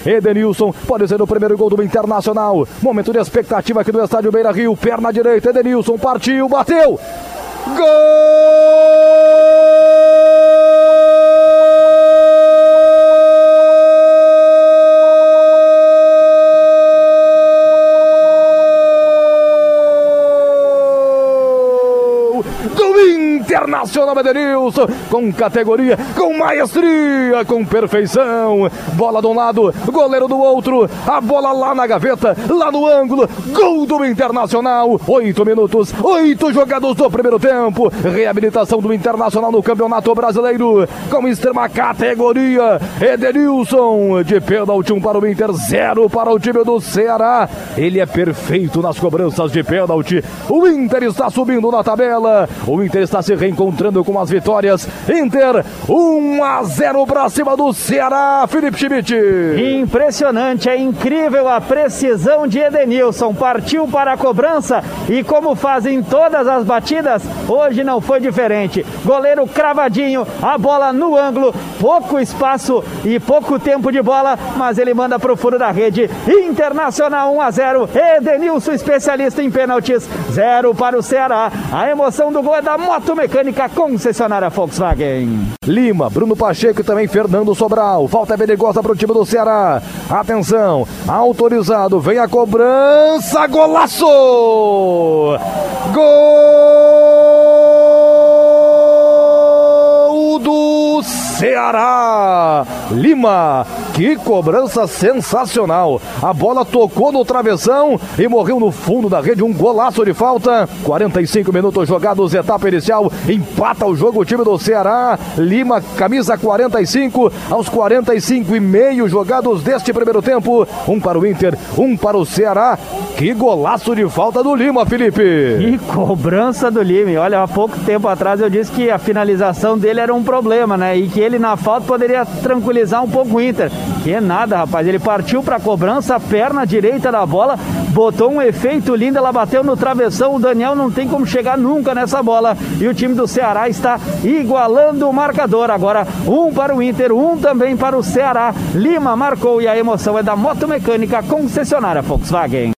Edenilson pode ser o primeiro gol do Internacional. Momento de expectativa aqui do estádio Beira-Rio. Perna direita, Edenilson partiu, bateu. Gol! Internacional Edenilson, com categoria, com maestria, com perfeição. Bola de um lado, goleiro do outro. A bola lá na gaveta, lá no ângulo. Gol do Internacional. 8 minutos, 8 jogados do primeiro tempo. Reabilitação do Internacional no Campeonato Brasileiro, com extrema categoria. Edenilson, de pênalti, 1 para o Inter, 0 para o time do Ceará. Ele é perfeito nas cobranças de pênalti. O Inter está subindo na tabela. O Inter está se reencontrando com as vitórias. Inter 1-0 para cima do Ceará. Felipe Schmidt. Impressionante, é incrível a precisão de Edenilson. Partiu para a cobrança e, como fazem todas as batidas, hoje não foi diferente. Goleiro cravadinho, a bola no ângulo, pouco espaço e pouco tempo de bola, mas ele manda para o furo da rede. Internacional 1-0. Edenilson, especialista em pênaltis, 0 para o Ceará. A emoção do gol é da Moto Mecânica, concessionária Volkswagen. Lima, Bruno Pacheco e também Fernando Sobral. Falta perigosa para o time do Ceará. Atenção, autorizado, vem a cobrança, golaço! Gol do Ceará! Lima, que cobrança sensacional. A bola tocou no travessão e morreu no fundo da rede. Um golaço de falta. 45 minutos jogados, etapa inicial. Empata o jogo o time do Ceará. Lima, camisa 45, aos 45 e meio jogados deste primeiro tempo. 1 para o Inter, 1 para o Ceará. Que golaço de falta do Lima, Felipe. Que cobrança do Lima. Olha, há pouco tempo atrás eu disse que a finalização dele era um problema, né? E que ele na falta poderia tranquilizar um pouco o Inter. Que nada, rapaz. Ele partiu para a cobrança, perna direita da bola, botou um efeito lindo, ela bateu no travessão. O Daniel não tem como chegar nunca nessa bola. E o time do Ceará está igualando o marcador. Agora 1 para o Inter, 1 também para o Ceará. Lima marcou e a emoção é da Moto Mecânica, concessionária Volkswagen.